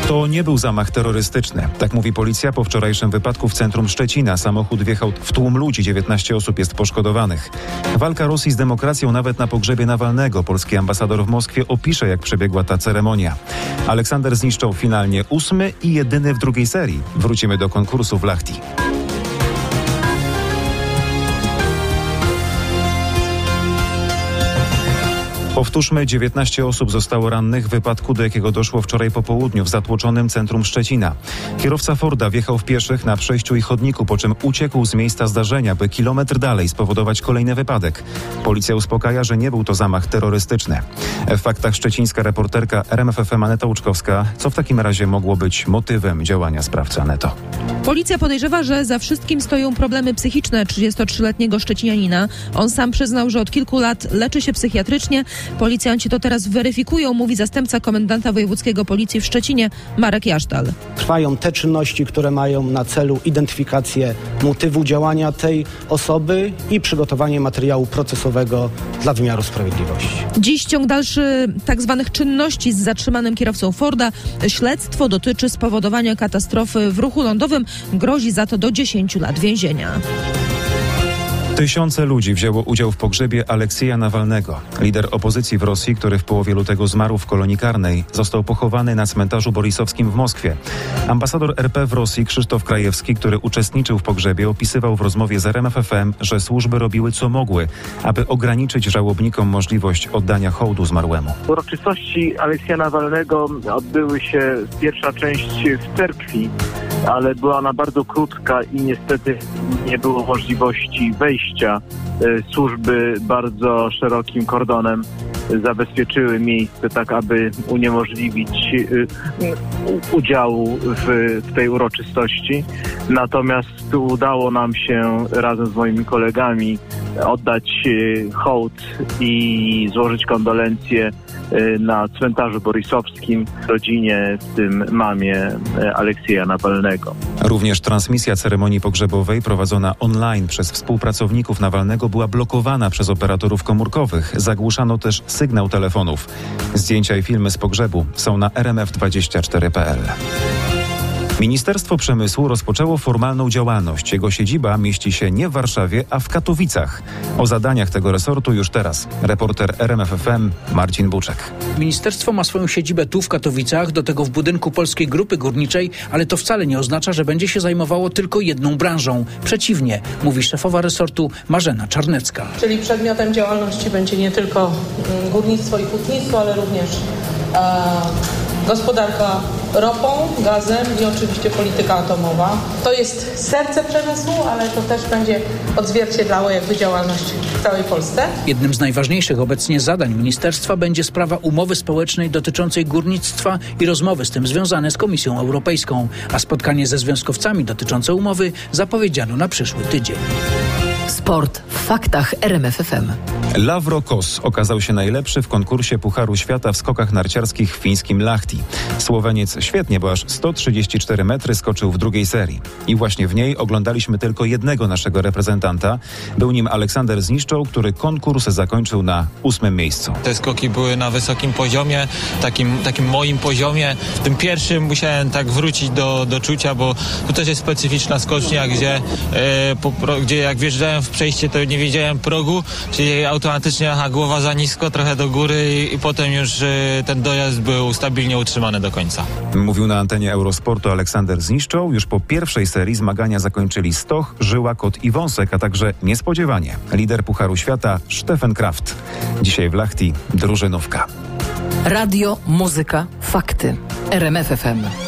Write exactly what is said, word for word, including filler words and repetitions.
To nie był zamach terrorystyczny. Tak mówi policja po wczorajszym wypadku w centrum Szczecina. Samochód wjechał w tłum ludzi, dziewiętnaście osób jest poszkodowanych. Walka Rosji z demokracją nawet na pogrzebie Nawalnego. Polski ambasador w Moskwie opisze, jak przebiegła ta ceremonia. Aleksander zniszczał finalnie ósmy i jedyny w drugiej serii. Wrócimy do konkursu w Lahti. Powtórzmy, dziewiętnaście osób zostało rannych w wypadku, do jakiego doszło wczoraj po południu w zatłoczonym centrum Szczecina. Kierowca Forda wjechał w pieszych na przejściu i chodniku, po czym uciekł z miejsca zdarzenia, by kilometr dalej spowodować kolejny wypadek. Policja uspokaja, że nie był to zamach terrorystyczny. W faktach szczecińska reporterka R M F F M Aneta Łuczkowska. Co w takim razie mogło być motywem działania sprawcy, Aneto? Policja podejrzewa, że za wszystkim stoją problemy psychiczne trzydziestotrzyletniego szczecinianina. On sam przyznał, że od kilku lat leczy się psychiatrycznie. Policjanci to teraz weryfikują, mówi zastępca komendanta wojewódzkiego policji w Szczecinie Marek Jasztal. Trwają te czynności, które mają na celu identyfikację motywu działania tej osoby i przygotowanie materiału procesowego dla wymiaru sprawiedliwości. Dziś ciąg dalszy tak zwanych czynności z zatrzymanym kierowcą Forda. Śledztwo dotyczy spowodowania katastrofy w ruchu lądowym. Grozi za to do dziesięciu lat więzienia. Tysiące ludzi wzięło udział w pogrzebie Aleksieja Nawalnego. Lider opozycji w Rosji, który w połowie lutego zmarł w kolonii karnej, został pochowany na cmentarzu borisowskim w Moskwie. Ambasador R P w Rosji Krzysztof Krajewski, który uczestniczył w pogrzebie, opisywał w rozmowie z R M F F M, że służby robiły co mogły, aby ograniczyć żałobnikom możliwość oddania hołdu zmarłemu. Uroczystości Aleksieja Nawalnego odbyły się, pierwsza część w cerkwi, ale była ona bardzo krótka i niestety nie było możliwości wejścia. Służby bardzo szerokim kordonem zabezpieczyły miejsce tak, aby uniemożliwić udziału w, w tej uroczystości. Natomiast udało nam się razem z moimi kolegami oddać hołd i złożyć kondolencje na cmentarzu borisowskim rodzinie, w tym mamie Aleksieja Nawalnego. Również transmisja ceremonii pogrzebowej prowadzona online przez współpracowników Nawalnego była blokowana przez operatorów komórkowych. Zagłuszano też sygnał telefonów. Zdjęcia i filmy z pogrzebu są na r m f dwadzieścia cztery kropka p l. Ministerstwo Przemysłu rozpoczęło formalną działalność. Jego siedziba mieści się nie w Warszawie, a w Katowicach. O zadaniach tego resortu już teraz. Reporter R M F F M Marcin Buczek. Ministerstwo ma swoją siedzibę tu w Katowicach, do tego w budynku Polskiej Grupy Górniczej, ale to wcale nie oznacza, że będzie się zajmowało tylko jedną branżą. Przeciwnie, mówi szefowa resortu Marzena Czarnecka. Czyli przedmiotem działalności będzie nie tylko górnictwo i hutnictwo, ale również e, gospodarka ropą, gazem i oczywiście polityka atomowa. To jest serce przemysłu, ale to też będzie odzwierciedlało jakby działalność w całej Polsce. Jednym z najważniejszych obecnie zadań ministerstwa będzie sprawa umowy społecznej dotyczącej górnictwa i rozmowy z tym związane z Komisją Europejską, a spotkanie ze związkowcami dotyczące umowy zapowiedziano na przyszły tydzień. Sport w faktach R M F F M. Lavro Kos okazał się najlepszy w konkursie Pucharu Świata w skokach narciarskich w fińskim Lahti. Słoweniec świetnie, bo aż sto trzydzieści cztery metry skoczył w drugiej serii. I właśnie w niej oglądaliśmy tylko jednego naszego reprezentanta. Był nim Aleksander Zniszczał, który konkurs zakończył na ósmym miejscu. Te skoki były na wysokim poziomie, takim, takim moim poziomie. W tym pierwszym musiałem tak wrócić do, do czucia, bo tu też jest specyficzna skocznia, gdzie, e, po, gdzie jak wjeżdżałem w przejście, to nie wiedziałem progu, czyli automatycznie aha, głowa za nisko, trochę do góry i, i potem już y, ten dojazd był stabilnie utrzymany do końca. Mówił na antenie Eurosportu Aleksander Zniszczał. Już po pierwszej serii zmagania zakończyli Stoch, Żyła, Kot i Wąsek, a także niespodziewanie lider Pucharu Świata Stefan Kraft. Dzisiaj w Lahti drużynówka. Radio, muzyka, fakty. R M F F M.